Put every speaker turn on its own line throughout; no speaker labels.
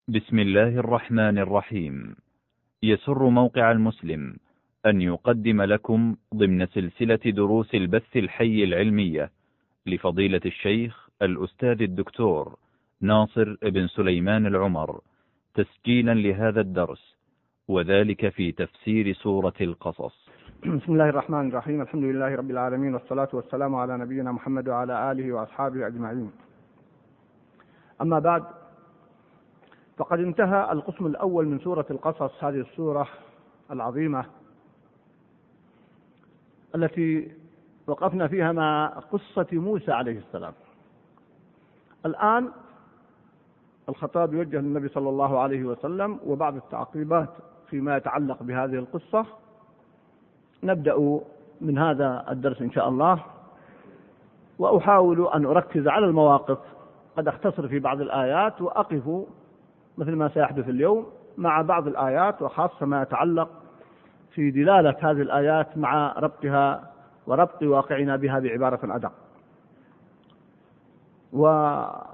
بسم الله الرحمن الرحيم. يسر موقع المسلم أن يقدم لكم ضمن سلسلة دروس البث الحي العلمية لفضيلة الشيخ الأستاذ الدكتور ناصر بن سليمان العمر تسجيلا لهذا الدرس، وذلك في تفسير سورة القصص.
بسم الله الرحمن الرحيم. الحمد لله رب العالمين، والصلاة والسلام على نبينا محمد وعلى آله وأصحابه أجمعين. أما بعد، فقد انتهى القسم الأول من سورة القصص، هذه السورة العظيمة التي وقفنا فيها مع قصة موسى عليه السلام. الآن الخطاب يوجه للنبي صلى الله عليه وسلم وبعض التعقيبات فيما يتعلق بهذه القصة. نبدأ من هذا الدرس إن شاء الله، وأحاول أن أركز على المواقف، قد أختصر في بعض الآيات وأقف مثل ما سيحدث اليوم مع بعض الآيات، وخاصة ما يتعلق في دلالة هذه الآيات مع ربطها وربط واقعنا بها بعبارة أدق. ولفت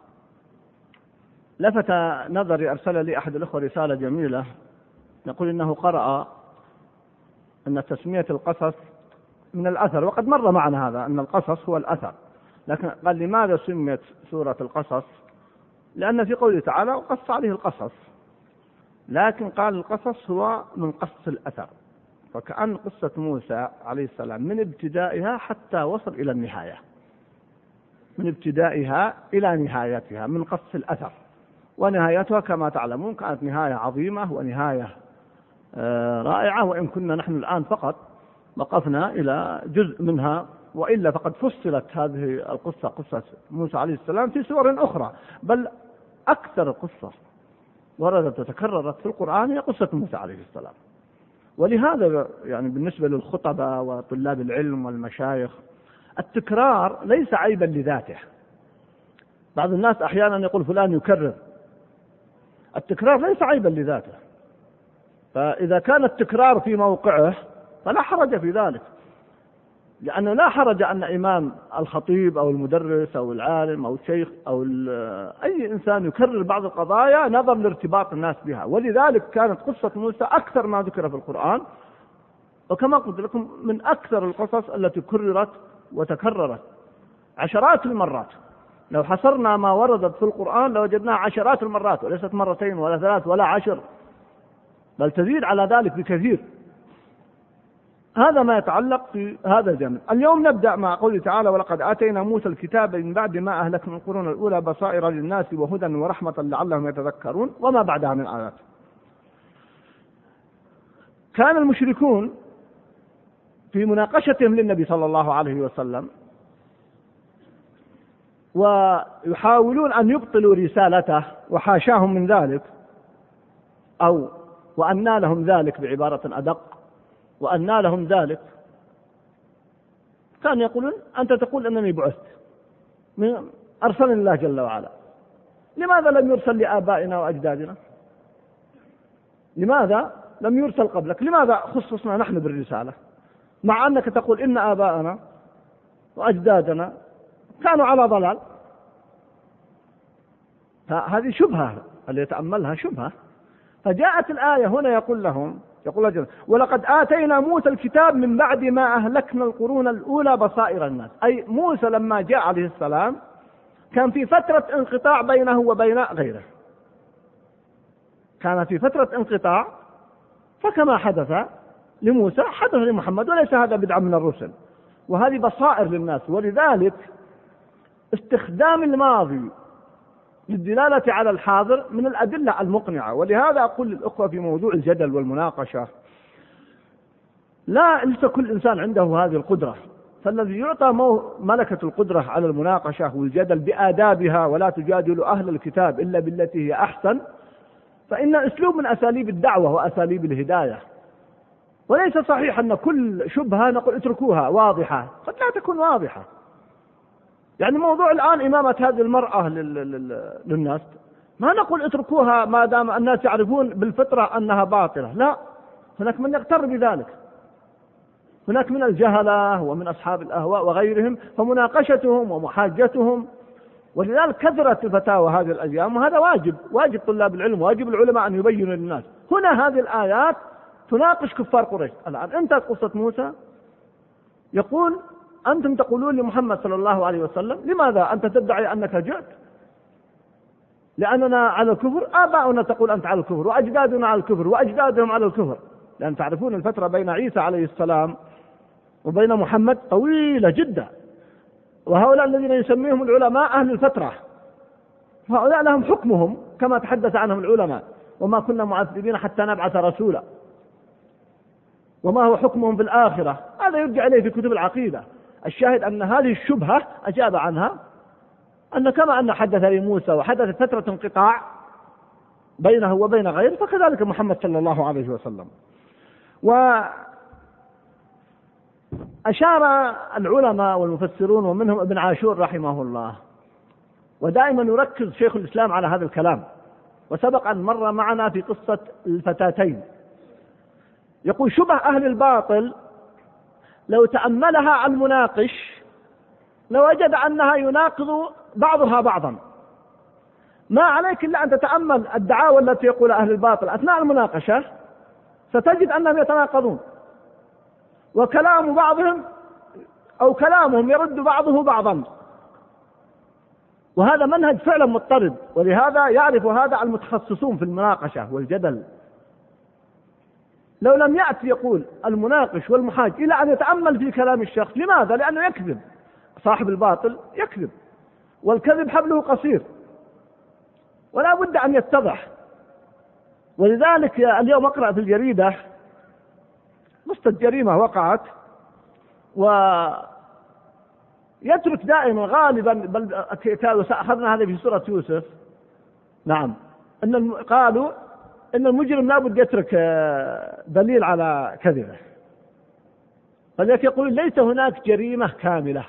نظري، أرسل لي أحد الأخوة رسالة جميلة يقول إنه قرأ أن تسمية القصص من الأثر، وقد مر معنا هذا أن القصص هو الأثر، لكن قال لماذا سميت سورة القصص؟ لأن في قوله تعالى وقص عليه القصص، لكن قال القصص هو من قص الأثر، فكأن قصة موسى عليه السلام من ابتدائها حتى وصل إلى النهاية، من ابتدائها إلى نهايتها من قص الأثر، ونهايتها كما تعلمون كانت نهاية عظيمة ونهاية رائعة، وإن كنا نحن الآن فقط وقفنا إلى جزء منها، وإلا فقد فصلت هذه القصة قصة موسى عليه السلام في سور أخرى، بل أكثر قصة وردت وتكررت في القرآن هي قصة موسى عليه السلام. ولهذا يعني بالنسبة للخطباء وطلاب العلم والمشايخ التكرار ليس عيبا لذاته. بعض الناس أحيانا يقول فلان يكرر، التكرار ليس عيبا لذاته، فإذا كان التكرار في موقعه فلا حرج في ذلك، لأنه لا حرج أن إمام الخطيب أو المدرس أو العالم أو الشيخ أو أي إنسان يكرر بعض القضايا نظر لارتباط الناس بها. ولذلك كانت قصة موسى أكثر ما ذكر في القرآن، وكما قلت لكم من أكثر القصص التي كررت وتكررت عشرات المرات. لو حصرنا ما وردت في القرآن لوجدناها عشرات المرات، وليست مرتين ولا ثلاث ولا 10، بل تزيد على ذلك بكثير. هذا ما يتعلق في هذا الجانب. اليوم نبدأ مع قوله تعالى ولقد آتينا موسى الكتاب من بعد ما أهلكنا القرون الأولى بصائر للناس وهدى ورحمة لعلهم يتذكرون، وما بعدها من آيات. كان المشركون في مناقشتهم للنبي صلى الله عليه وسلم ويحاولون أن يبطلوا رسالته، وحاشاهم من ذلك، أو وأنى لهم ذلك بعبارة أدق، وأنى لهم ذلك. كانوا يقولون أنت تقول أنني بعثت، أرسلني الله جل وعلا، لماذا لم يرسل لآبائنا وأجدادنا؟ لماذا لم يرسل قبلك؟ لماذا خصصنا نحن بالرسالة، مع أنك تقول إن آبائنا وأجدادنا كانوا على ضلال؟ فهذه شبهة، اللي يتأملها شبهة. فجاءت الآية هنا يقول لهم ولقد آتينا موسى الكتاب من بعد ما أهلكنا القرون الأولى بصائر الناس. أي موسى لما جاء عليه السلام كان في فترة انقطاع بينه وبين غيره، كان في فترة انقطاع، فكما حدث لموسى حدث لمحمد، وليس هذا بدعة من الرسل، وهذه بصائر للناس. ولذلك استخدام الماضي للدلالة على الحاضر من الأدلة المقنعة. ولهذا أقول للأخوة في موضوع الجدل والمناقشة، ليس كل إنسان عنده هذه القدرة، فالذي يعطى ملكة القدرة على المناقشة والجدل بآدابها ولا تجادل أهل الكتاب إلا بالتي هي أحسن، فإن أسلوب من أساليب الدعوة وأساليب الهداية. وليس صحيح أن كل شبهة نقول اتركوها واضحة، قد لا تكون واضحة. يعني موضوع الآن إمامة هذه المرأة للناس، ما نقول اتركوها ما دام الناس يعرفون بالفطرة أنها باطلة، لا، هناك من يغتر بذلك، هناك من الجهلة ومن أصحاب الأهواء وغيرهم، فمناقشتهم ومحاجتهم ولذلك كثرت الفتاوى هذه الأيام، وهذا واجب طلاب العلم، واجب العلماء أن يبينوا للناس. هنا هذه الآيات تناقش كفار قريش. الآن انتهت قصة موسى، يقول أنتم تقولون لمحمد صلى الله عليه وسلم لماذا أنت تدعي أنك جئت؟ لأننا على الكفر، آباؤنا تقول أنت على الكفر، وأجدادنا على الكفر، وأجدادهم على الكفر. لأن تعرفون الفترة بين عيسى عليه السلام وبين محمد طويلة جدا، وهؤلاء الذين يسميهم العلماء أهل الفترة، هؤلاء لهم حكمهم كما تحدث عنهم العلماء، وما كنا معذبين حتى نبعث رسولا، وما هو حكمهم في الآخرة، هذا يرجع إليه في كتب العقيدة. الشاهد أن هذه الشبهة أجاب عنها، أن كما أن حدث لموسى وحدثت فترة انقطاع بينه وبين غيره، فكذلك محمد صلى الله عليه وسلم. وأشار العلماء والمفسرون ومنهم ابن عاشور رحمه الله، ودائما يركز شيخ الإسلام على هذا الكلام، وسبق أن مر معنا في قصة الفتاتين. يقول شبه أهل الباطل لو تأملها المناقش لوجد أنها يناقض بعضها بعضا. ما عليك إلا أن تتأمل الدعاوى التي يقول أهل الباطل أثناء المناقشة، ستجد أنهم يتناقضون، وكلام بعضهم أو كلامهم يرد بعضه بعضا، وهذا منهج فعلا مضطرد. ولهذا يعرف هذا المتخصصون في المناقشة والجدل. لو لم يأتي يقول المناقش والمحاج إلى أن يتأمل في كلام الشخص. لماذا؟ لأنه يكذب، صاحب الباطل يكذب، والكذب حبله قصير ولا بد أن يتضح. ولذلك اليوم أقرأ في الجريدة قصة جريمة وقعت، ويترك دائما غالبا، بل أخذنا هذا في سورة يوسف، نعم، قالوا إن المجرم لابد يترك دليل على كذبه، فلذلك يقول ليس هناك جريمة كاملة،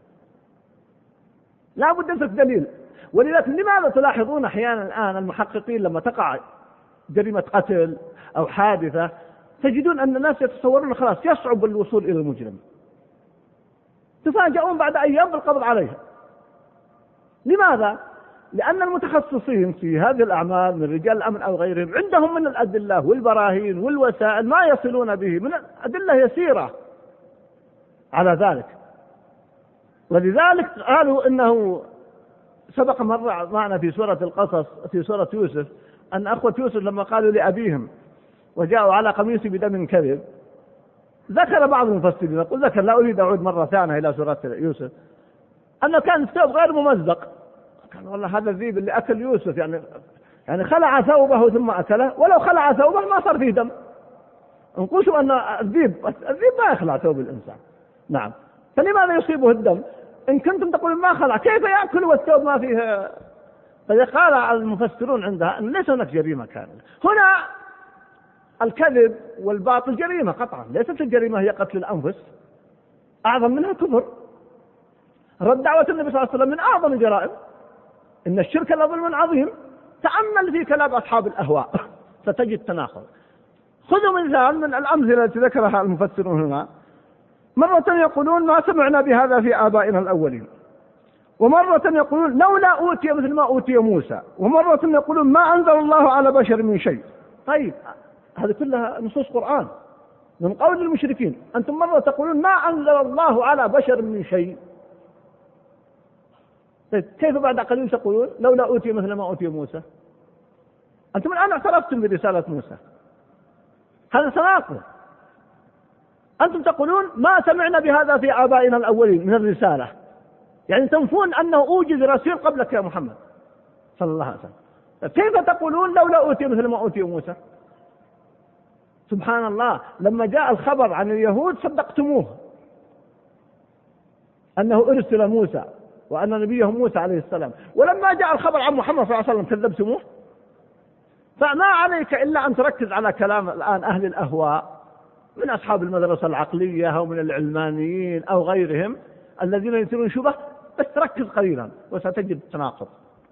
لابد يترك دليل. ولذلك لماذا تلاحظون أحيانا الآن المحققين لما تقع جريمة قتل أو حادثة تجدون أن الناس يتصورون خلاص يصعب الوصول إلى المجرم، تفاجئون بعد أيام بالقبض عليه. لماذا؟ لأن المتخصصين في هذه الأعمال من رجال الأمن أو غيرهم عندهم من الأدلة والبراهين والوسائل ما يصلون به من أدلة يسيرة على ذلك. ولذلك قالوا إنه سبق مرة معنا في سورة القصص في سورة يوسف أن أخوة يوسف لما قالوا لأبيهم وجاءوا على قميص بدم كذب، ذكر بعض المفسرين، يقول ذكر، لا أريد أعود مرة ثانية إلى سورة يوسف، أنه كان الثوب غير ممزق. قال والله هذا الذيب اللي أكل يوسف يعني خلع ثوبه ثم أكله، ولو خلع ثوبه ما صار فيه دم. انقشوا أن الذيب ما يخلع ثوب الإنسان، نعم، فلماذا يصيبه الدم؟ إن كنتم تقولون ما خلع كيف يأكل والثوب ما فيه؟ فقال المفسرون عندها أن ليس هناك جريمة كاملة. هنا الكذب والباطل جريمة قطعا، ليست الجريمة هي قتل الأنفس، أعظم منها كفر. رد دعوة النبي صلى الله عليه وسلم من أعظم الجرائم، إن الشرك لظلم عظيم. تأمل في كلام أصحاب الأهواء ستجد تناقض. خذوا مثال من الأمثلة التي ذكرها المفسرون هنا، مرة يقولون ما سمعنا بهذا في آبائنا الأولين، ومرة يقولون لولا أوتي مثل ما أوتي موسى، ومرة يقولون ما أنزل الله على بشر من شيء. طيب هذه كلها نصوص قرآن من قول المشركين. أنتم مرة تقولون ما أنزل الله على بشر من شيء، طيب كيف بعد قليل تقولون لولا أوتي مثل ما أوتي موسى؟ أنتم الآن اعترفتم برسالة موسى، هذا تناقض. أنتم تقولون ما سمعنا بهذا في آبائنا الأولين من الرسالة، يعني تنفون أنه أوجد رسول قبلك يا محمد صلى الله عليه وسلم. كيف تقولون لولا أوتي مثل ما أوتي موسى؟ سبحان الله، لما جاء الخبر عن اليهود صدقتموه أنه أرسل موسى وأن نبيهم موسى عليه السلام، ولما جاء الخبر عن محمد صلى الله عليه وسلم كذبتموه. فما عليك إلا أن تركز على كلام الآن أهل الأهواء من أصحاب المدرسة العقلية أو من العلمانيين أو غيرهم الذين يثيرون شبه، بس تركز قليلا وستجد تناقض.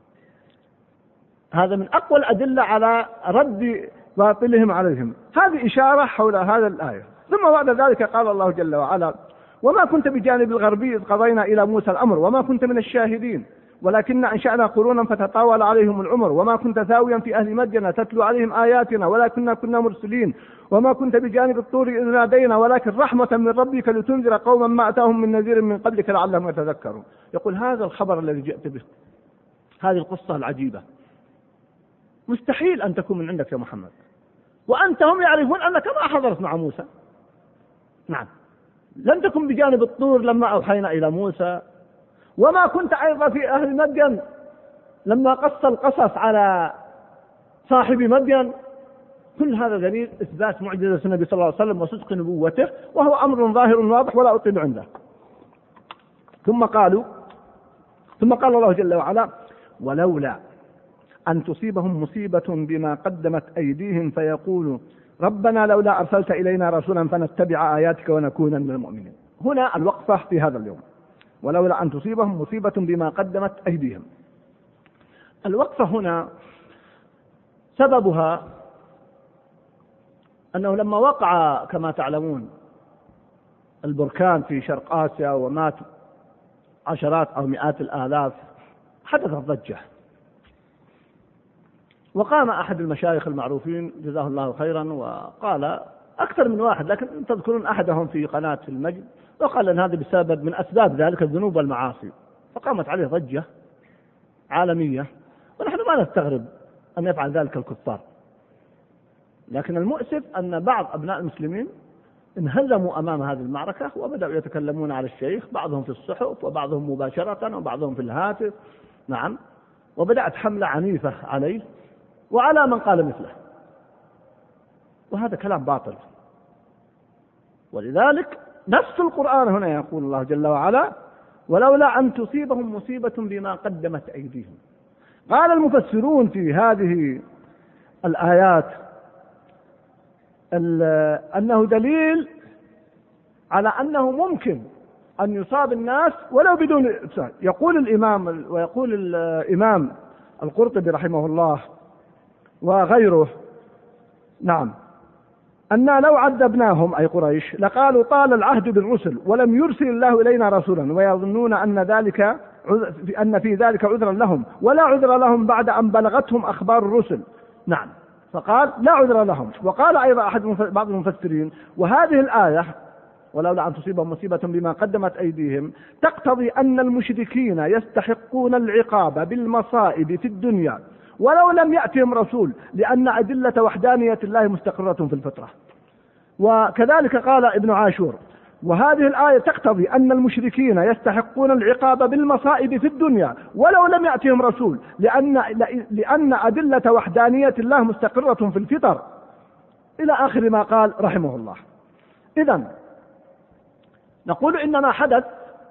هذا من أقوى الأدلة على رد باطلهم عليهم. هذه إشارة حول هذا الآية. ثم بعد ذلك قال الله جل وعلا وما كنت بجانب الغربي إذ قضينا إلى موسى الأمر وما كنت من الشاهدين ولكن أنشأنا قرونا فتطاول عليهم العمر وما كنت ثاويا في أهل مدين تتلو عليهم آياتنا ولكننا كنا مرسلين وما كنت بجانب الطور إذ نادينا ولكن رحمة من ربك لتنذر قوما ما أتاهم من نذير من قبلك لعلهم يتذكرون. يقول هذا الخبر الذي جئت به، هذه القصة العجيبة، مستحيل أن تكون من عندك يا محمد، وأنت هم يعرفون أنك ما حضرت مع موسى. نعم، لم تكن بجانب الطور لما أوحينا إلى موسى، وما كنت أيضا في أهل مدين لما قص القصص على صاحب مدين. كل هذا دليل إثبات معجزة النبي صلى الله عليه وسلم وصدق نبوته، وهو أمر ظاهر واضح ولا أطيل عنده. ثم قال الله جل وعلا ولولا أن تصيبهم مصيبة بما قدمت أيديهم فيقولوا ربنا لولا أرسلت إلينا رسولا فنتبع آياتك ونكون من المؤمنين. هنا الوقفة في هذا اليوم، ولولا أن تصيبهم مصيبة بما قدمت أيديهم. الوقفة هنا سببها أنه لما وقع كما تعلمون البركان في شرق آسيا ومات عشرات أو مئات الآلاف حدثت ضجة، وقام أحد المشايخ المعروفين جزاه الله خيرا وقال أكثر من واحد، لكن تذكرون أحدهم في قناة المجد، وقال أن هذا بسبب من أسباب ذلك الذنوب والمعاصي، فقامت عليه ضجة عالمية، ونحن ما نستغرب أن يفعل ذلك الكفار. لكن المؤسف أن بعض أبناء المسلمين انهزموا أمام هذه المعركة وبدأوا يتكلمون على الشيخ، بعضهم في الصحف وبعضهم مباشرة وبعضهم في الهاتف. نعم، وبدأت حملة عنيفة عليه وعلى من قال مثله، وهذا كلام باطل. ولذلك نفس القرآن هنا يقول الله جل وعلا ولولا أن تصيبهم مصيبة بما قدمت أيديهم. قال المفسرون في هذه الآيات أنه دليل على أنه ممكن أن يصاب الناس ولو بدون إفساد. يقول الإمام القرطبي رحمه الله وغيره نعم أننا لو عذبناهم أي قريش لقالوا طال العهد بالرسل ولم يرسل الله إلينا رسولا، ويظنون أن في ذلك عذرا لهم ولا عذر لهم بعد أن بلغتهم أخبار الرسل. نعم، فقال لا عذر لهم. وقال أيضا بعض المفسرين وهذه الآية ولولا أن تصيبهم مصيبة بما قدمت أيديهم تقتضي أن المشركين يستحقون العقاب بالمصائب في الدنيا ولو لم يأتهم رسول، لأن أدلة وحدانية الله مستقرة في الفطرة. وكذلك قال ابن عاشور وهذه الآية تقتضي أن المشركين يستحقون العقاب بالمصائب في الدنيا ولو لم يأتهم رسول، لأن أدلة وحدانية الله مستقرة في الفطر، إلى آخر ما قال رحمه الله. إذن نقول إن ما حدث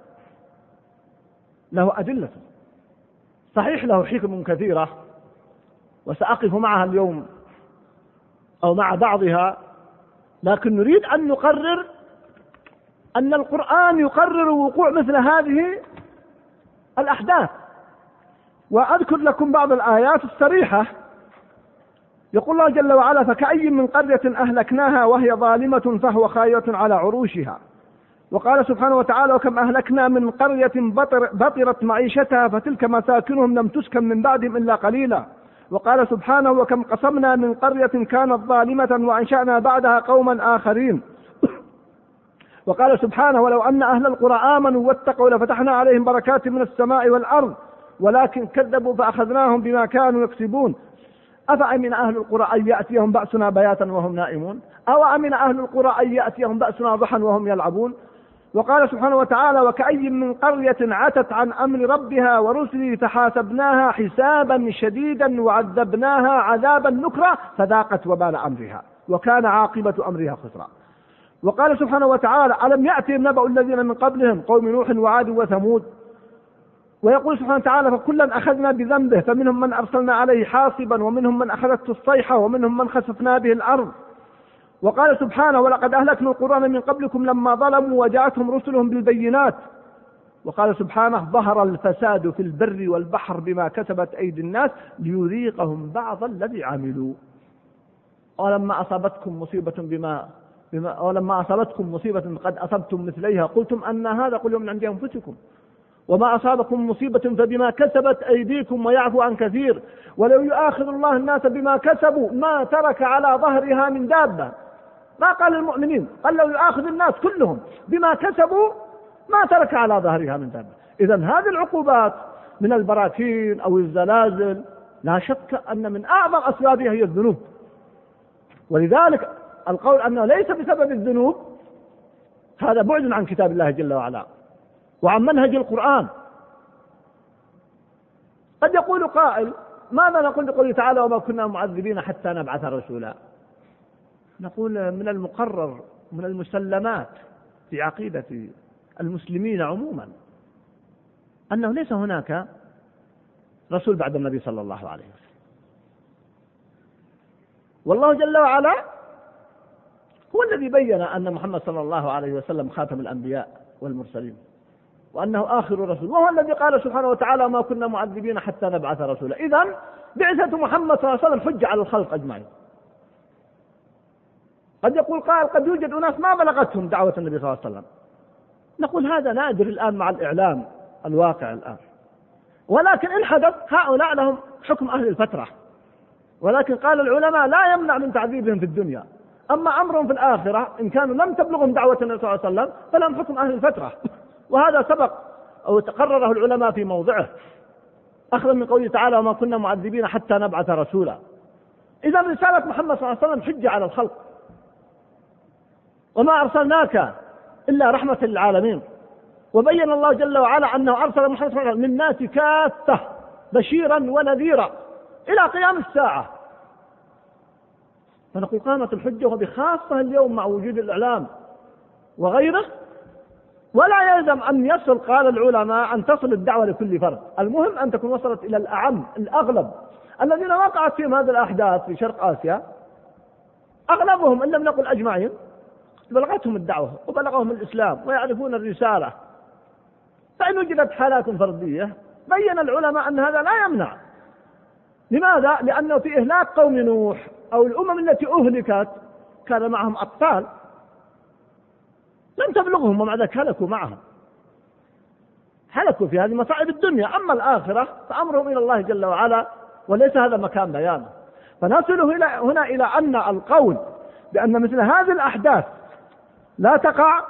له أدلة، صحيح له حكم كثيرة وسأقف معها اليوم أو مع بعضها، لكن نريد أن نقرر أن القرآن يقرر وقوع مثل هذه الأحداث. وأذكر لكم بعض الآيات الصريحة. يقول الله جل وعلا فكأي من قرية أهلكناها وهي ظالمة فهو خاوية على عروشها. وقال سبحانه وتعالى وكم أهلكنا من قرية بطرت معيشتها فتلك مساكنهم لم تسكن من بعدهم إلا قليلا. وقال سبحانه وكم قصمنا من قرية كانت ظالمة وأنشأنا بعدها قوما آخرين. وقال سبحانه ولو أن أهل القرى آمنوا واتقوا لفتحنا عليهم بركات من السماء والأرض ولكن كذبوا فأخذناهم بما كانوا يكسبون. أفأمن أهل القرى أن يأتيهم بأسنا بياتا وهم نائمون أو أمن أهل القرى أن يأتيهم بأسنا ضحى وهم يلعبون. وقال سبحانه وتعالى وكأي من قرية عتت عن أمر ربها ورسله فحاسبناها حسابا شديدا وعذبناها عذابا نكرا فذاقت وبال أمرها وكان عاقبة أمرها خسرا. وقال سبحانه وتعالى ألم يأتهم نبأ الذين من قبلهم قوم نوح وعاد وثمود. ويقول سبحانه وتعالى فكلا أخذنا بذنبه فمنهم من أرسلنا عليه حاصبا ومنهم من أخذته الصيحة ومنهم من خسفنا به الأرض. وقال سبحانه ولقد أهلكنا القرون من قبلكم لما ظلموا وجاءتهم رسلهم بالبينات. وقال سبحانه ظهر الفساد في البر والبحر بما كسبت أيدي الناس ليذيقهم بعض الذي عملوا. ولما أصابتكم مصيبة قد أصبتم مثليها قلتم أن هذا قل من عند أنفسكم وما أصابكم مصيبة فبما كسبت أيديكم ويعفو عن كثير، ولو يؤاخذ الله الناس بما كسبوا ما ترك على ظهرها من دابة. ما قال المؤمنين، قال لو يؤاخذ الناس كلهم بما كسبوا ما ترك على ظهرها من دابة. إذن هذه العقوبات من البراكين أو الزلازل لا شك أن من أعظم أسبابها هي الذنوب، ولذلك القول أنه ليس بسبب الذنوب هذا بعد عن كتاب الله جل وعلا وعن منهج القرآن. قد يقول قائل ماذا نقول بقوله تعالى وما كنا معذبين حتى نبعث رسولا؟ نقول من المقرر من المسلمات في عقيدة المسلمين عموما أنه ليس هناك رسول بعد النبي صلى الله عليه وسلم، والله جل وعلا هو الذي بين أن محمد صلى الله عليه وسلم خاتم الأنبياء والمرسلين وأنه آخر رسول، وهو الذي قال سبحانه وتعالى ما كنا معذبين حتى نبعث رسولا. إذن بعثة محمد صلى الله عليه وسلم حجة على الخلق أجمعين. قد يقول قائل قد يوجد أناس ما بلغتهم دعوة النبي صلى الله عليه وسلم، نقول هذا نادر الآن مع الإعلام الواقع الآن، ولكن إن حدث هؤلاء لهم حكم أهل الفترة، ولكن قال العلماء لا يمنع من تعذيبهم في الدنيا، أما أمرهم في الآخرة إن كانوا لم تبلغهم دعوة النبي صلى الله عليه وسلم فلهم حكم أهل الفترة، وهذا سبق أو تقرره العلماء في موضعه أخذا من قوله تعالى وما كنا معذبين حتى نبعث رسولا. إذا رسالة محمد صلى الله عليه وسلم حجة على الخلق، وما أرسلناك إلا رحمة للعالمين. وبين الله جل وعلا أنه أرسل محمد صلى الله عليه وسلم للناس كافة بشيرا ونذيرا إلى قيام الساعة. فنقول قامت الحجة وبخاصة اليوم مع وجود الإعلام وغيره، ولا يلزم أن يصل قال العلماء أن تصل الدعوة لكل فرد، المهم أن تكون وصلت إلى الأعم الأغلب الذين وقعت فيهم هذه الأحداث في شرق آسيا، أغلبهم إن لم نقل أجمعين بلغتهم الدعوة وبلغهم الإسلام ويعرفون الرسالة. فإن وجدت حالات فردية بين العلماء أن هذا لا يمنع. لماذا؟ لأنه في إهلاك قوم نوح أو الأمم التي أهلكت كان معهم أطفال لم تبلغهم ومع ذلك هلكوا معهم، هلكوا في هذه مصائب الدنيا. أما الآخرة فأمرهم إلى الله جل وعلا وليس هذا مكان بيانه. فنصل هنا إلى أن القول بأن مثل هذه الأحداث لا تقع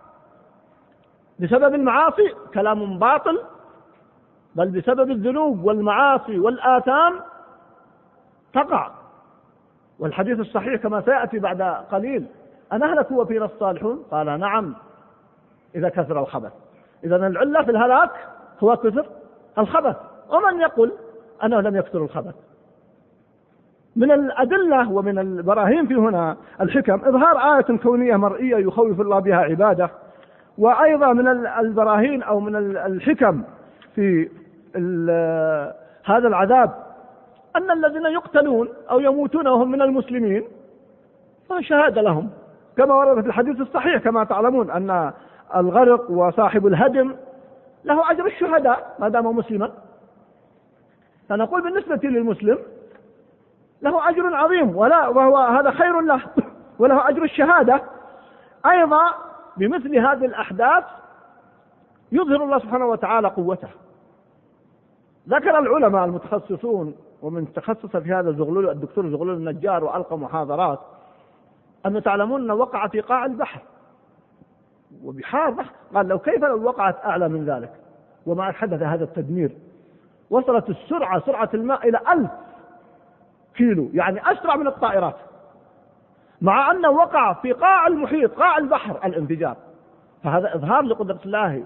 بسبب المعاصي كلام باطل، بل بسبب الذنوب والمعاصي والآثام تقع. والحديث الصحيح كما سيأتي بعد قليل أن أهلكوا وفينا الصالحون، قال نعم إذا كثر الخبث. إذن العلة في الهلاك هو كثر الخبث. ومن يقول أنه لم يكثر الخبث؟ من الأدلة ومن البراهين في هنا الحكم إظهار آية كونية مرئية يخوف الله بها عباده، وأيضا من البراهين أو من الحكم في هذا العذاب أن الذين يقتلون أو يموتون وهم من المسلمين فشهادة لهم كما ورد في الحديث الصحيح كما تعلمون أن الغرق وصاحب الهدم له أجر الشهداء ما دام مسلما. فنقول بالنسبة للمسلم له أجر عظيم وهو هذا خير له وله أجر الشهادة. أيضا بمثل هذه الأحداث يظهر الله سبحانه وتعالى قوته. ذكر العلماء المتخصصون ومن تخصص في هذا الدكتور زغلول النجار وألقى محاضرات أن تعلمون أنه وقع في قاع البحر وبحار بحر، قال كيف لو وقعت أعلى من ذلك وما حدث هذا التدمير؟ وصلت سرعة الماء إلى 1000 كيلو، يعني أسرع من الطائرات، مع أنه وقع في قاع المحيط قاع البحر الانفجار. فهذا إظهار لقدرة الله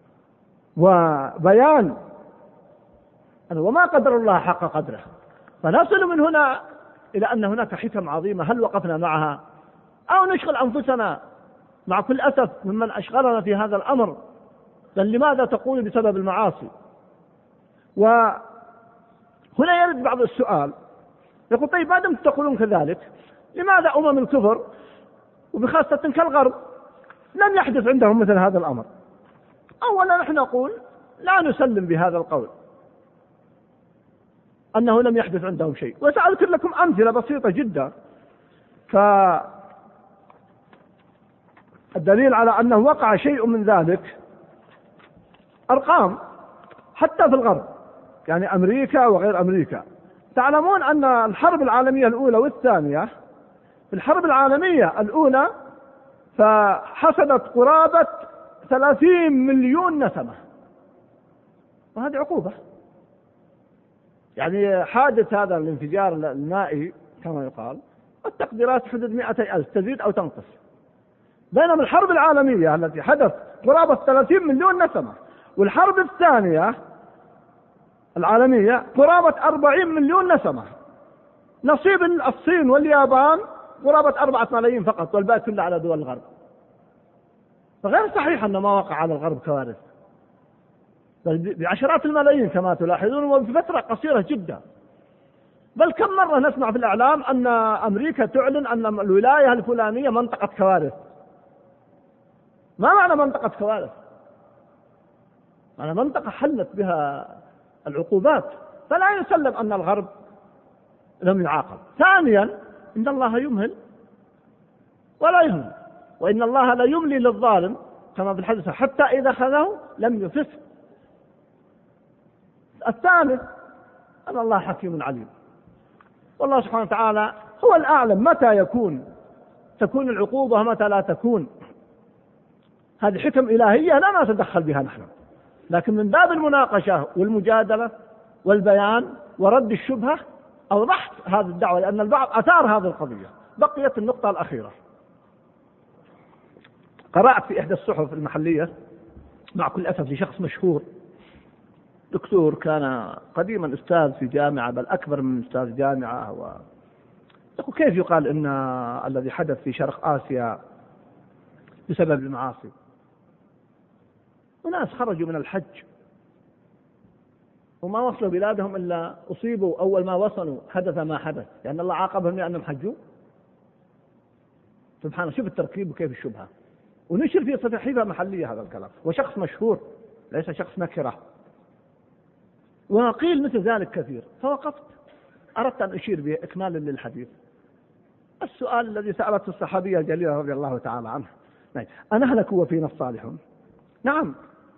وبيان وما قدر الله حق قدره. فنصل من هنا إلى أن هناك حكم عظيمة هل وقفنا معها أو نشغل أنفسنا مع كل أسف ممن أشغلنا في هذا الأمر. بل لماذا تقول بسبب المعاصي؟ وهنا يرد بعض السؤال يقول طيب ما دمتم تقولون كذلك لماذا الكفر وبخاصة كالغرب لم يحدث عندهم مثل هذا الأمر؟ أولا نحن نقول لا نسلم بهذا القول أنه لم يحدث عندهم شيء، وسأذكر لكم أمثلة بسيطة جدا. فالدليل على أنه وقع شيء من ذلك أرقام حتى في الغرب، يعني أمريكا وغير أمريكا. تعلمون أن الحرب العالمية الأولى والثانية، في الحرب العالمية الأولى فحصلت قرابة 30 مليون نسمة، وهذه عقوبة. يعني حادث هذا الانفجار المائي كما يقال التقديرات حدود 200,000 تزيد أو تنقص، بينما الحرب العالمية التي حدث قرابة 30 مليون نسمة، والحرب الثانية العالمية قرابة 40 مليون نسمة. نصيب الصين واليابان قرابة 4 ملايين فقط، والباقي كله على دول الغرب. فغير صحيح أن ما وقع على الغرب كوارث، بل بعشرات الملايين كما تلاحظون، وفي فترة قصيرة جدا. بل كم مرة نسمع في الإعلام أن أمريكا تعلن أن الولاية الفلانية منطقة كوارث. ما معنى منطقة كوارث؟ معنى منطقة حلت بها العقوبات، فلا يسلم أن الغرب لم يعاقب. ثانيا، إن الله يمهل ولا يهمل، وإن الله لا يملي للظالم كما في الحديث حتى إذا أخذه لم يفسه. الثالث أن الله حكيم عليم، والله سبحانه وتعالى هو الأعلم متى تكون العقوبة ومتى لا تكون. هذه حكم إلهية لا نتدخل بها نحن، لكن من باب المناقشة والمجادلة والبيان ورد الشبهة أوضحت هذه الدعوة، لأن البعض أثار هذه القضية. بقيت النقطة الأخيرة. قرأت في إحدى الصحف المحلية مع كل أسف لشخص مشهور، دكتور كان قديما أستاذ في جامعة، بل أكبر من أستاذ جامعة، يقول كيف يقال إن الذي حدث في شرق آسيا بسبب المعاصي؟ وناس خرجوا من الحج وما وصلوا بلادهم إلا أصيبوا أول ما وصلوا حدث ما حدث، لأن الله عاقبهم لأنهم حجوا. سبحانه، شوف التركيب وكيف الشبهة. ونشر في صحيفة محلية هذا الكلام، وشخص مشهور ليس شخص نكرة، وقيل مثل ذلك كثير. فوقفت أردت أن أشير به إكمالا للحديث. السؤال الذي سألته الصحابية الجليلة رضي الله تعالى عنها: أنهلك وفينا الصالحون؟ نعم.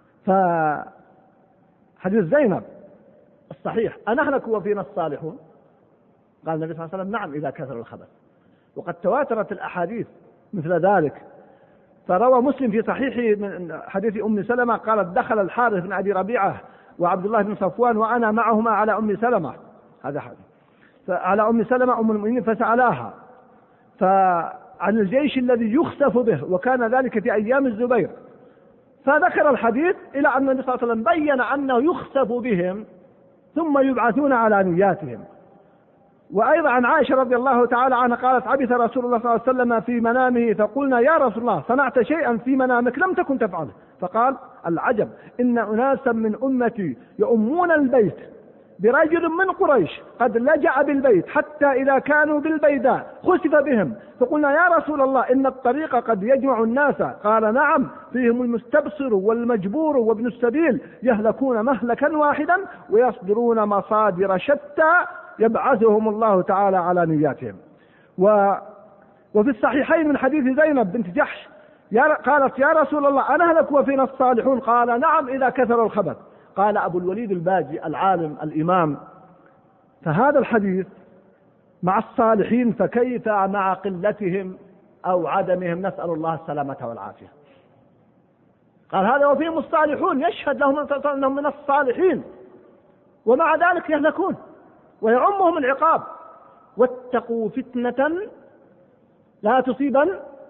فحديث زينب الصحيح: أنهلك وفينا الصالحون؟ قال النبي صلى الله عليه وسلم: نعم إذا كثر الخبث. وقد تواترت الأحاديث مثل ذلك. فروى مسلم في صحيحه من حديث أم سلمة قالت: دخل الحارث بن أبي ربيعة وعبد الله بن صفوان وأنا معهما على أم سلمة، هذا حديث، على أم سلمة أم المؤمنين، فسألاها فعن الجيش الذي يخسف به، وكان ذلك في أيام الزبير. فذكر الحديث إلى أن النبي صلى الله عليه وسلم بين أنه يخسف بهم ثم يبعثون على نياتهم. وأيضا عن عائشة رضي الله تعالى عنها قالت: عبث رسول الله صلى الله عليه وسلم في منامه، فقلنا: يا رسول الله صنعت شيئا في منامك لم تكن تفعله؟ فقال: العجب، إن أناسا من أمتي يؤمون البيت برجل من قريش قد لجأ بالبيت حتى إذا كانوا بالبيداء خسف بهم، فقلنا: يا رسول الله إن الطريق قد يجمع الناس. قال: نعم، فيهم المستبصر والمجبور وابن السبيل يهلكون مهلكا واحدا ويصدرون مصادر شتى يبعثهم الله تعالى على نياتهم. وفي الصحيحين من حديث زينب بنت جحش قالت: يا رسول الله أنهلك وفينا الصالحون؟ قال: نعم إذا كثر الخبث. قال أبو الوليد الباجي العالم الإمام: فهذا الحديث مع الصالحين فكيف مع قلتهم أو عدمهم؟ نسأل الله السلامة والعافية. قال: هذا وفيهم الصالحون، يشهد لهم أنهم من الصالحين، ومع ذلك يهلكون ويعمهم العقاب. واتقوا فتنة لا تصيبن،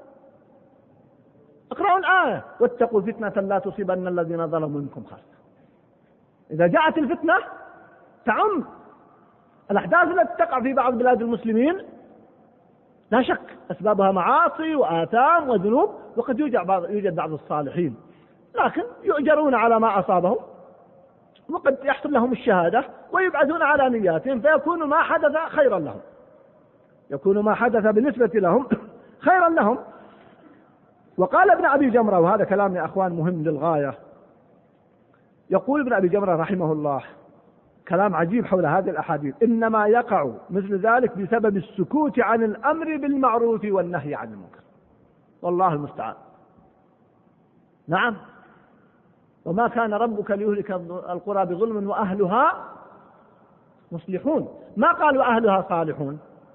اقرأوا الآية: واتقوا فتنة لا تصيبن الذين ظلموا منكم خاصة. إذا جاءت الفتنة تعم. الأحداث التي تقع في بعض بلاد المسلمين لا شك أسبابها معاصي وآثام وذنوب، وقد يوجد بعض الصالحين لكن يؤجرون على ما أصابهم، وقد يحصل لهم الشهادة ويبعثون على نياتهم، فيكون ما حدث خيرا لهم، يكون ما حدث بالنسبة لهم خيرا لهم. وقال ابن أبي جمرة، وهذا كلام يا أخوان مهم للغاية، يقول ابن أبي جمرة رحمه الله كلام عجيب حول هذه الأحاديث: إنما يقع مثل ذلك بسبب السكوت عن الأمر بالمعروف والنهي عن المنكر، والله المستعان. نعم، وما كان ربك ليهلك القرى بظلم وأهلها مصلحون، ما قال وأهلها صالحون.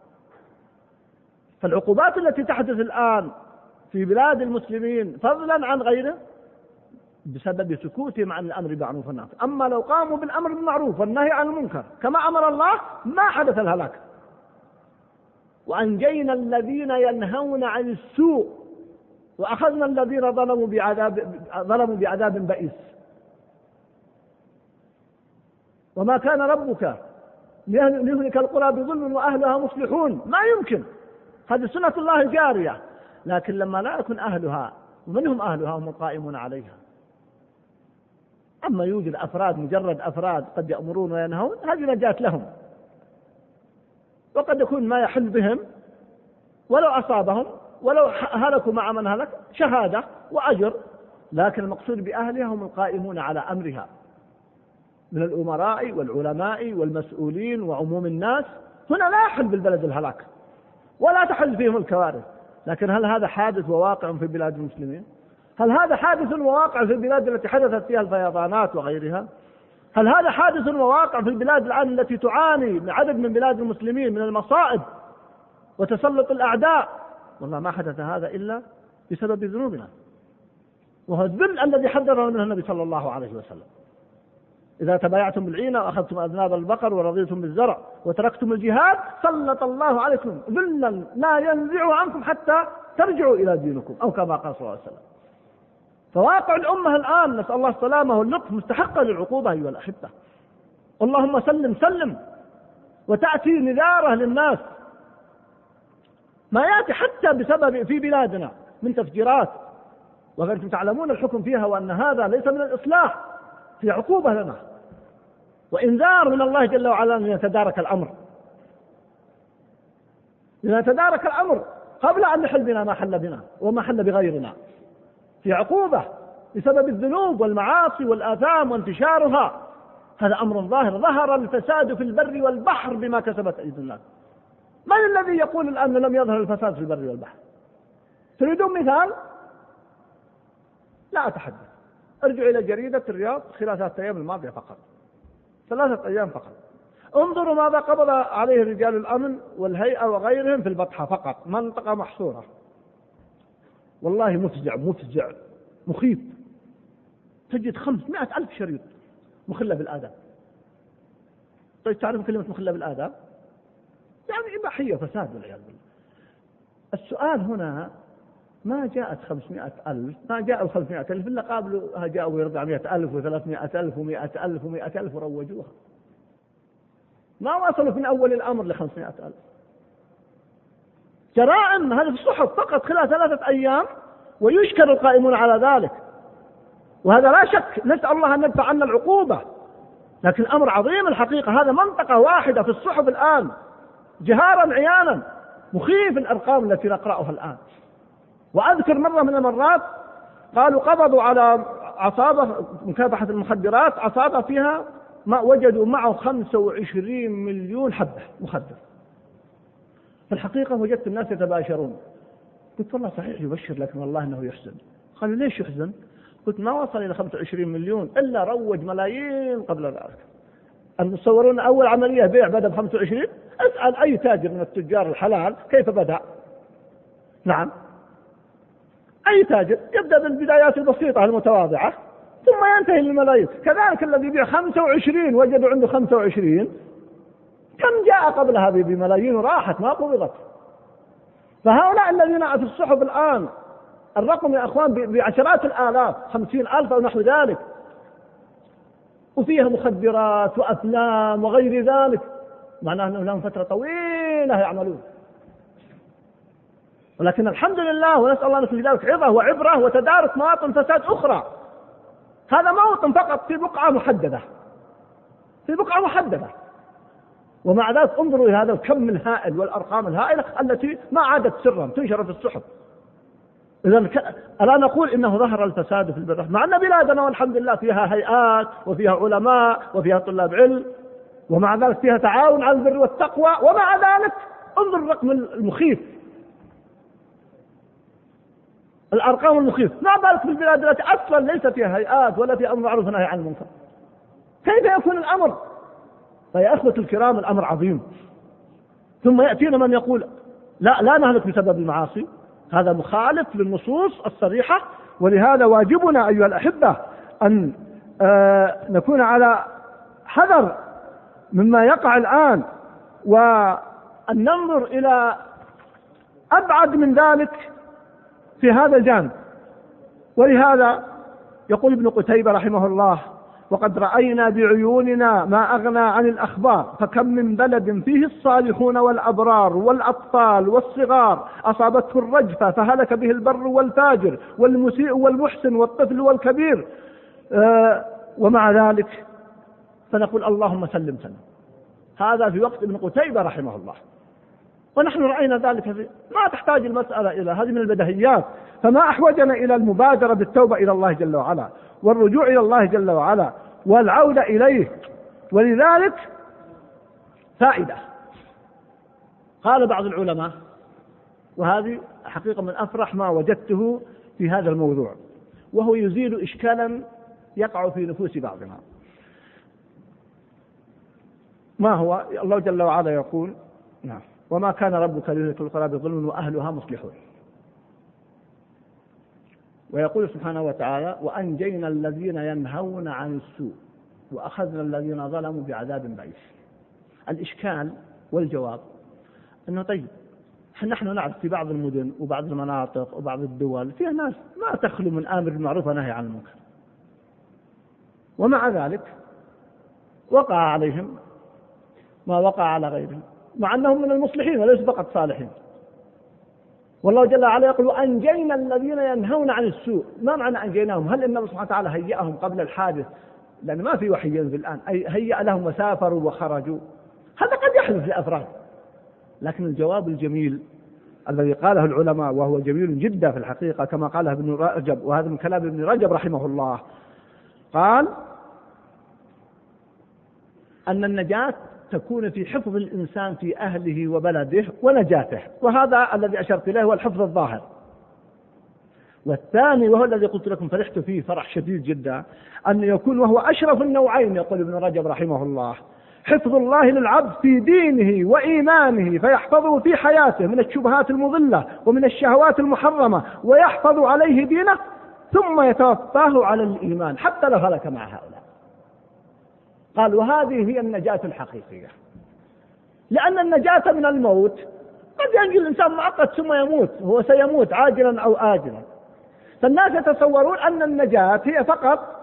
فالعقوبات التي تحدث الآن في بلاد المسلمين فضلا عن غيره بسبب سكوتهم عن الأمر بالمعروف والنهي. أما لو قاموا بالأمر بالمعروف والنهي عن المنكر كما أمر الله ما حدث الهلاك. وأنجينا الذين ينهون عن السوء وأخذنا الذين ظلموا بعذاب بئيس. وما كان ربك ليهلك القرى بظلم وأهلها مصلحون، ما يمكن، هذه سنة الله جارية. لكن لما لا يكون أهلها، ومنهم أهلها هم القائمون عليها. أما يوجد أفراد، مجرد أفراد قد يأمرون وينهون، هذه نجاة لهم، وقد يكون ما يحل بهم ولو أصابهم ولو هلكوا مع من هلك شهادة وأجر. لكن المقصود بأهلها هم القائمون على أمرها من الأمراء والعلماء والمسؤولين وعموم الناس. هنا لا يحل بالبلد الهلاك ولا تحل فيهم الكوارث. لكن هل هذا حادث وواقع في بلاد المسلمين؟ هل هذا حادث وواقع في البلاد التي حدثت فيها الفيضانات وغيرها؟ هل هذا حادث وواقع في البلاد الآن التي تعاني من عدد من بلاد المسلمين من المصائب وتسلط الأعداء؟ والله ما حدث هذا إلا بسبب ذنوبنا، وهو الذل الذي حذر منه النبي صلى الله عليه وسلم: إذا تبايعتم بالعينة وأخذتم أذناب البقر ورضيتم بالزرع وتركتم الجهاد سلط الله عليكم ذلا لا ينزع عنكم حتى ترجعوا إلى دينكم، أو كما قال صلى الله عليه وسلم. فواقع الأمة الآن نسأل الله السلامة واللطف مستحقة للعقوبة أيها الأحبة. اللهم سلم سلم. وتأتي نذارة للناس، ما يأتي حتى بسبب في بلادنا من تفجيرات، وأنتم تعلمون الحكم فيها وأن هذا ليس من الإصلاح، في عقوبة لنا وإنذار من الله جل وعلا أن يتدارك الأمر، لنتدارك الأمر قبل أن يحل بنا ما حل بنا وما حل بغيرنا، في عقوبة بسبب الذنوب والمعاصي والآثام وانتشارها. هذا أمر ظاهر، ظهر الفساد في البر والبحر بما كسبت أيدي الناس. من الذي يقول الآن لم يظهر الفساد في البر والبحر؟ تريدون مثال؟ لا أتحدث. ارجعوا إلى جريدة الرياض خلال 3 أيام الماضية فقط، 3 أيام فقط، انظروا ماذا قبض عليه رجال الأمن والهيئة وغيرهم في البطحة فقط، منطقة محصورة. والله مفزع مفزع مخيف. تجد 500,000 شريط مخلة بالآداب. طيب تعرف كلمة مخلة بالآداب؟ يعني إباحية فساد والعياذ بالله. السؤال هنا ما جاءت 500,000، ما جاءوا 500,000 إلا قابلوا جاءوا 400,000 و300,000 و100,000 و100,000 وروجوها، ما وصلوا من أول الأمر ل500,000. جرائم هذا في الصحف فقط خلال 3 أيام، ويشكر القائمون على ذلك. وهذا لا شك نسأل الله أن ندفع عنا العقوبة، لكن الأمر عظيم الحقيقة. هذا منطقة واحدة في الصحف الآن جهارا عيانا، مخيف الأرقام التي نقرأها الآن. وأذكر مرة من المرات قالوا قبضوا على عصابة مكافحة المخدرات، عصابة فيها ما وجدوا معه 25 مليون حبة مخدر. في الحقيقة وجدت الناس يتباشرون. قلت والله صحيح يبشر، لكن والله أنه يحزن. قالوا ليش يحزن؟ قلت ما وصل إلى 25 مليون إلا روج ملايين قبل ذلك. المصورون أول عملية بيع بدأ ب25. اسأل أي تاجر من التجار الحلال كيف بدأ. نعم، أي تاجر يبدأ بالبدايات البسيطة المتواضعة ثم ينتهي للملايين. كذلك الذي يبيع 25 وجدوا عنده 25، كم جاء قبلها بملايين وراحت ما قبضت. فهؤلاء الذين في الصحف الآن الرقم يا أخوان بعشرات الآلاف، 50,000 أو نحو ذلك، وفيها مخدرات وأفلام وغير ذلك، معناه أنه لهم فترة طويلة يعملون. ولكن الحمد لله ونسأل الله أن في ذلك عظة وعبرة وتدارك مواطن فساد أخرى. هذا موطن فقط في بقعة محددة، في بقعة محددة، ومع ذلك انظروا إلى هذا الكم الهائل والأرقام الهائلة التي ما عادت سرا تنشر في الصحف. إذن ألا نقول إنه ظهر الفساد في البر، مع أن بلادنا والحمد لله فيها هيئات وفيها علماء وفيها طلاب علم، ومع ذلك فيها تعاون على البر والتقوى، ومع ذلك انظر الرقم المخيف. الأرقام المخيفة، ما بالك بالبلاد التي أصلا ليس فيها هيئات ولا في أمر معروف ونهي عن المنكر، كيف يكون الأمر؟ فيا أخوة الكرام الأمر عظيم. ثم يأتينا من يقول لا نهلك بسبب المعاصي، هذا مخالف للنصوص الصريحة. ولهذا واجبنا أيها الأحبة أن نكون على حذر مما يقع الآن، وأن ننظر إلى أبعد من ذلك في هذا الجانب. ولهذا يقول ابن قتيبة رحمه الله: وقد رأينا بعيوننا ما أغنى عن الأخبار، فكم من بلد فيه الصالحون والأبرار والأطفال والصغار أصابته الرجفة فهلك به البر والفاجر والمسيء والمحسن والطفل والكبير، ومع ذلك فنقول اللهم سلم سلم. هذا في وقت ابن قتيبة رحمه الله، ونحن رأينا ذلك ما تحتاج المسألة إلى هذه من البديهيات. فما أحوجنا إلى المبادرة بالتوبة إلى الله جل وعلا، والرجوع إلى الله جل وعلا، والعودة إليه. ولذلك فائدة قال بعض العلماء، وهذه حقيقة من أفرح ما وجدته في هذا الموضوع، وهو يزيل إشكالا يقع في نفوس بعضنا. ما هو؟ الله جل وعلا يقول: نعم، وما كان ربك ليهلك القرى بظلم وأهلها مصلحون. ويقول سبحانه وتعالى: وأنجينا الذين ينهون عن السوء وأخذنا الذين ظلموا بعذاب بئيس. الإشكال والجواب أنه طيب، نحن نعرف في بعض المدن وبعض المناطق وبعض الدول فيها ناس ما تخلو من آمر بالمعروف ونهي عن المنكر، ومع ذلك وقع عليهم ما وقع على غيرهم، مع أنهم من المصلحين وليس فقط صالحين. والله جل وعلا يقول: وأنجينا الذين ينهون عن السوء. ما معنى أنجيناهم؟ هل إن الله سبحانه وتعالى هيئهم قبل الحادث؟ لأن ما في وحي ينزل الآن، أي هيئ لهم وسافروا وخرجوا. هذا قد يحدث لأفراد، لكن الجواب الجميل الذي قاله العلماء، وهو جميل جدا في الحقيقة كما قاله ابن رجب، وهذا من كلام ابن رجب رحمه الله، قال أن النجاة تكون في حفظ الإنسان في أهله وبلده ونجاته، وهذا الذي أشرت إليه هو الحفظ الظاهر. والثاني وهو الذي قلت لكم فرحت فيه فرح شديد جدا، أن يكون وهو أشرف النوعين، يقول ابن رجب رحمه الله: حفظ الله للعبد في دينه وإيمانه، فيحفظه في حياته من الشبهات المضلة ومن الشهوات المحرمة، ويحفظ عليه دينه، ثم يتوفاه على الإيمان حتى لو هلك مع هؤلاء. قال: وهذه هي النجاة الحقيقية، لأن النجاة من الموت قد ينجي الإنسان مؤقت ثم يموت، هو سيموت عاجلا أو آجلا. فالناس يتصورون أن النجاة هي فقط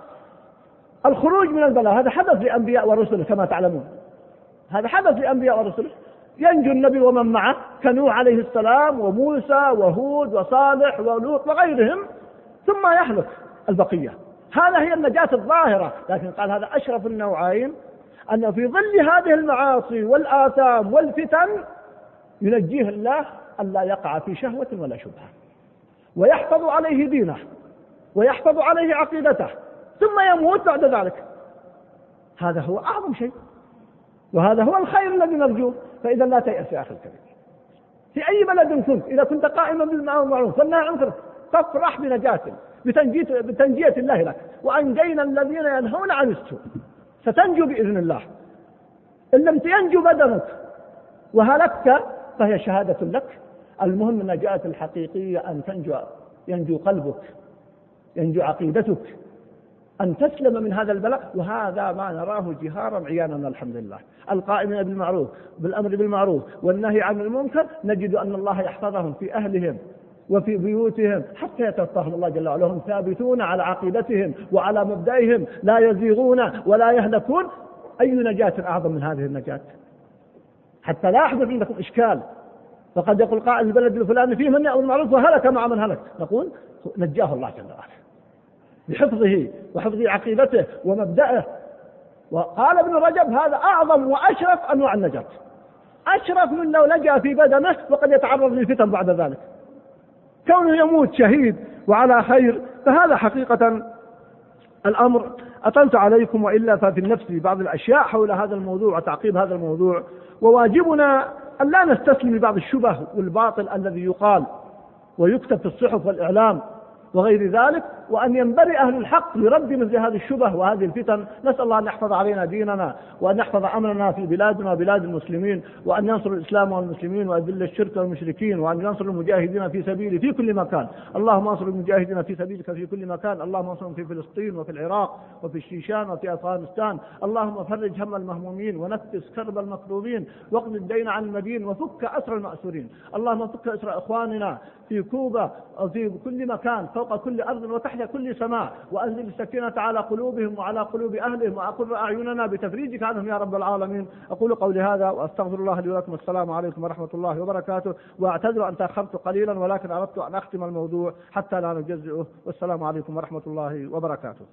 الخروج من البلاء. هذا حدث لأنبياء ورسله كما تعلمون، هذا حدث لأنبياء ورسله، ينجو النبي ومن معه كنوح عليه السلام وموسى وهود وصالح ولوط وغيرهم، ثم يهلك البقية. هذا هي النجاة الظاهرة. لكن قال هذا أشرف النوعين، أن في ظل هذه المعاصي والآثام والفتن ينجيه الله أن لا يقع في شهوة ولا شبهة، ويحفظ عليه دينه ويحفظ عليه عقيدته، ثم يموت بعد ذلك. هذا هو أعظم شيء، وهذا هو الخير الذي نرجوه. فإذا لا تيأس يا أخي الكريم، في أي بلد كنت إذا كنت قائما بالمعروف والنهي عن المنكر تفرح بنجاة بتنجية الله لك. وأنجينا الذين ينهون عن السوء، ستنجو بإذن الله. إن لم ينجو بدنك وهلكت فهي شهادة لك. المهم النجاة الحقيقية أن ينجو قلبك، ينجو عقيدتك، أن تسلم من هذا البلاء. وهذا ما نراه جهارا عيانا الحمد لله. القائمين بالمعروف بالأمر بالمعروف والنهي عن المنكر نجد أن الله يحفظهم في أهلهم وفي بيوتهم حتى يتوفاهم الله جل وعلا، هم ثابتون على عقيدتهم وعلى مبدئهم، لا يزيغون ولا يهلكون. أي نجاة أعظم من هذه النجاة؟ حتى لا يحدث عندكم إشكال. فقد يقول قائل البلد الفلاني فيه من يأمر بالمعروف وهلك مع من هلك، نقول نجاه الله جل وعلا بحفظه وحفظ عقيدته ومبدئه. وقال ابن رجب هذا أعظم وأشرف أنواع النجاة، أشرف من لو لجأ في بدنه وقد يتعرض للفتن بعد ذلك، كونه يموت شهيد وعلى خير. فهذا حقيقة الأمر. أطلت عليكم، وإلا ففي النفس بعض الأشياء حول هذا الموضوع وتعقيب هذا الموضوع، وواجبنا أن لا نستسلم لبعض الشبه والباطل الذي يقال ويكتب في الصحف والإعلام وغير ذلك، وأن ينبري أهل الحق لرد مثل هذه الشبه وهذه الفتن. نسأل الله أن يحفظ علينا ديننا، وأن يحفظ أمننا في بلادنا وبلاد المسلمين، وأن ينصر الإسلام والمسلمين، ويذل الشرك والمشركين، وأن ينصر المجاهدين في سبيله في كل مكان. اللهم انصر المجاهدين في سبيلك في كل مكان. اللهم انصرهم في فلسطين وفي العراق وفي الشيشان وفي أفغانستان. اللهم فرج هم المهمومين، ونفس كرب المكروبين، واقض الدين عن المدين، وفك أسر المأسورين. اللهم فك أسر إخواننا في كوبا وفي كل مكان، فوق كل أرض وتحت كل سماء، وأنزل السكينة على قلوبهم وعلى قلوب أهلهم، وأقر أعيننا بتفريجك عنهم يا رب العالمين. أقول قولي هذا وأستغفر الله لي ولكم. السلام عليكم ورحمة الله وبركاته. وأعتذر أن تأخرت قليلا، ولكن أردت أن أختم الموضوع حتى لا نجزئه. والسلام عليكم ورحمة الله وبركاته.